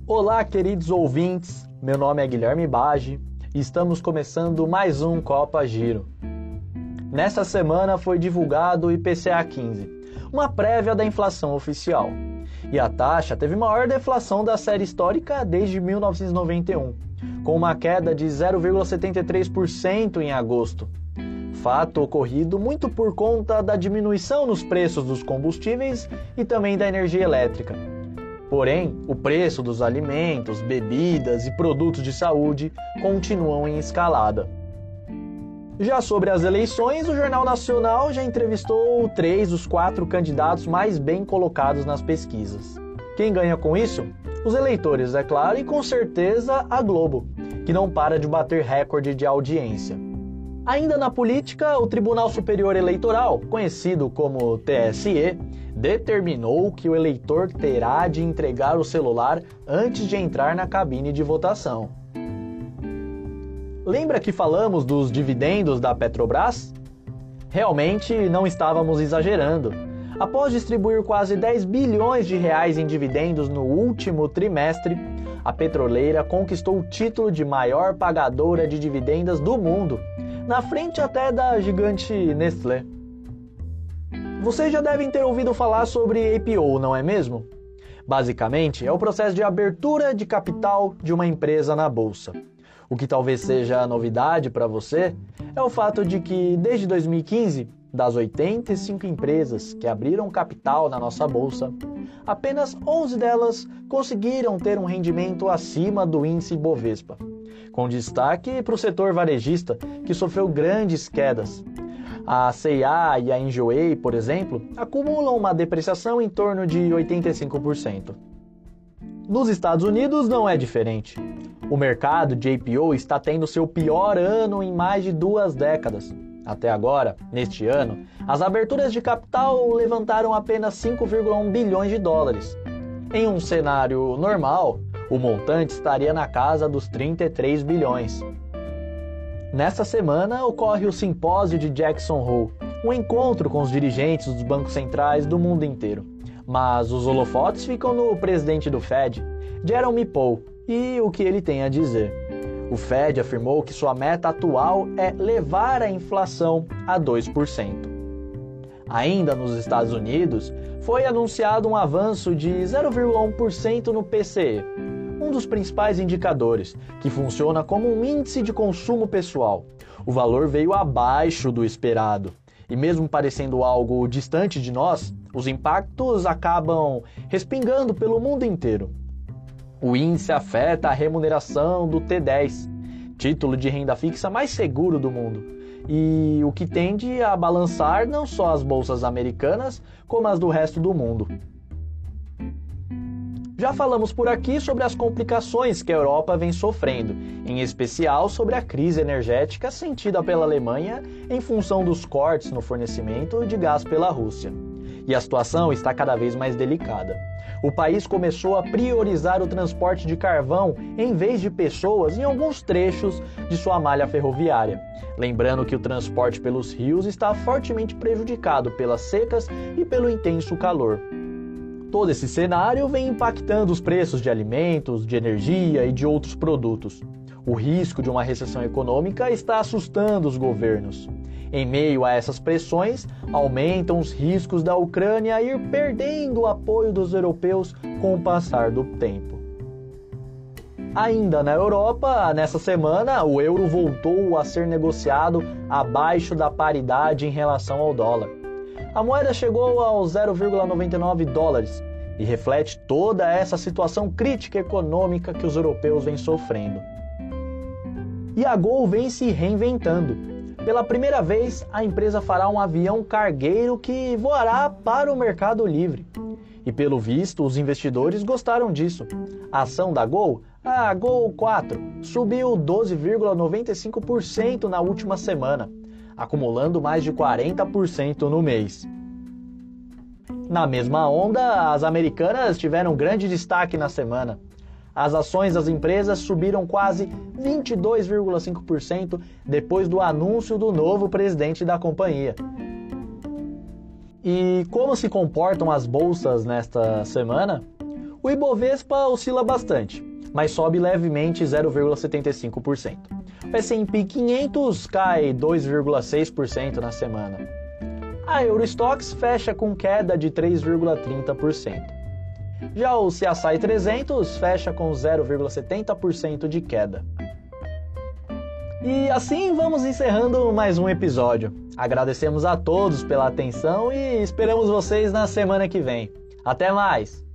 Olá, queridos ouvintes, meu nome é Guilherme Bage e estamos começando mais um Copa Giro. Nesta semana foi divulgado o IPCA 15, uma prévia da inflação oficial. E a taxa teve maior deflação da série histórica desde 1991, com uma queda de 0,73% em agosto. Fato ocorrido muito por conta da diminuição nos preços dos combustíveis e também da energia elétrica. Porém, o preço dos alimentos, bebidas e produtos de saúde continuam em escalada. Já sobre as eleições, o Jornal Nacional já entrevistou 3 dos 4 candidatos mais bem colocados nas pesquisas. Quem ganha com isso? Os eleitores, é claro, e com certeza a Globo, que não para de bater recorde de audiência. Ainda na política, o Tribunal Superior Eleitoral, conhecido como TSE, determinou que o eleitor terá de entregar o celular antes de entrar na cabine de votação. Lembra que falamos dos dividendos da Petrobras? Realmente não estávamos exagerando. Após distribuir quase 10 bilhões de reais em dividendos no último trimestre, a petroleira conquistou o título de maior pagadora de dividendos do mundo, na frente até da gigante Nestlé. Vocês já devem ter ouvido falar sobre IPO, não é mesmo? Basicamente, é o processo de abertura de capital de uma empresa na bolsa. O que talvez seja novidade para você é o fato de que, desde 2015, das 85 empresas que abriram capital na nossa bolsa, apenas 11 delas conseguiram ter um rendimento acima do índice Bovespa, com destaque para o setor varejista, que sofreu grandes quedas. A C&A e a Enjoei, por exemplo, acumulam uma depreciação em torno de 85%. Nos Estados Unidos não é diferente. O mercado de IPO está tendo seu pior ano em mais de 2 décadas. Até agora, neste ano, as aberturas de capital levantaram apenas 5,1 bilhões de dólares. Em um cenário normal, o montante estaria na casa dos 33 bilhões. Nesta semana ocorre o simpósio de Jackson Hole, um encontro com os dirigentes dos bancos centrais do mundo inteiro. Mas os holofotes ficam no presidente do Fed, Jerome Powell, e o que ele tem a dizer. O Fed afirmou que sua meta atual é levar a inflação a 2%. Ainda nos Estados Unidos, foi anunciado um avanço de 0,1% no PCE, um dos principais indicadores, que funciona como um índice de consumo pessoal. O valor veio abaixo do esperado, e mesmo parecendo algo distante de nós, os impactos acabam respingando pelo mundo inteiro. O índice afeta a remuneração do T10, título de renda fixa mais seguro do mundo, e o que tende a balançar não só as bolsas americanas, como as do resto do mundo. Já falamos por aqui sobre as complicações que a Europa vem sofrendo, em especial sobre a crise energética sentida pela Alemanha em função dos cortes no fornecimento de gás pela Rússia. E a situação está cada vez mais delicada. O país começou a priorizar o transporte de carvão em vez de pessoas em alguns trechos de sua malha ferroviária. Lembrando que o transporte pelos rios está fortemente prejudicado pelas secas e pelo intenso calor. Todo esse cenário vem impactando os preços de alimentos, de energia e de outros produtos. O risco de uma recessão econômica está assustando os governos. Em meio a essas pressões, aumentam os riscos da Ucrânia ir perdendo o apoio dos europeus com o passar do tempo. Ainda na Europa, nessa semana, o euro voltou a ser negociado abaixo da paridade em relação ao dólar. A moeda chegou aos 0,99 dólares e reflete toda essa situação crítica econômica que os europeus vêm sofrendo. E a Gol vem se reinventando. Pela primeira vez, a empresa fará um avião cargueiro que voará para o Mercado Livre. E pelo visto, os investidores gostaram disso. A ação da Gol, a Gol 4, subiu 12,95% na última semana, acumulando mais de 40% no mês. Na mesma onda, as americanas tiveram grande destaque na semana. As ações das empresas subiram quase 22,5% depois do anúncio do novo presidente da companhia. E como se comportam as bolsas nesta semana? O Ibovespa oscila bastante, mas sobe levemente 0,75%. O S&P 500 cai 2,6% na semana. A Eurostoxx fecha com queda de 3,30%. Já o CSI 300 fecha com 0,70% de queda. E assim vamos encerrando mais um episódio. Agradecemos a todos pela atenção e esperamos vocês na semana que vem. Até mais!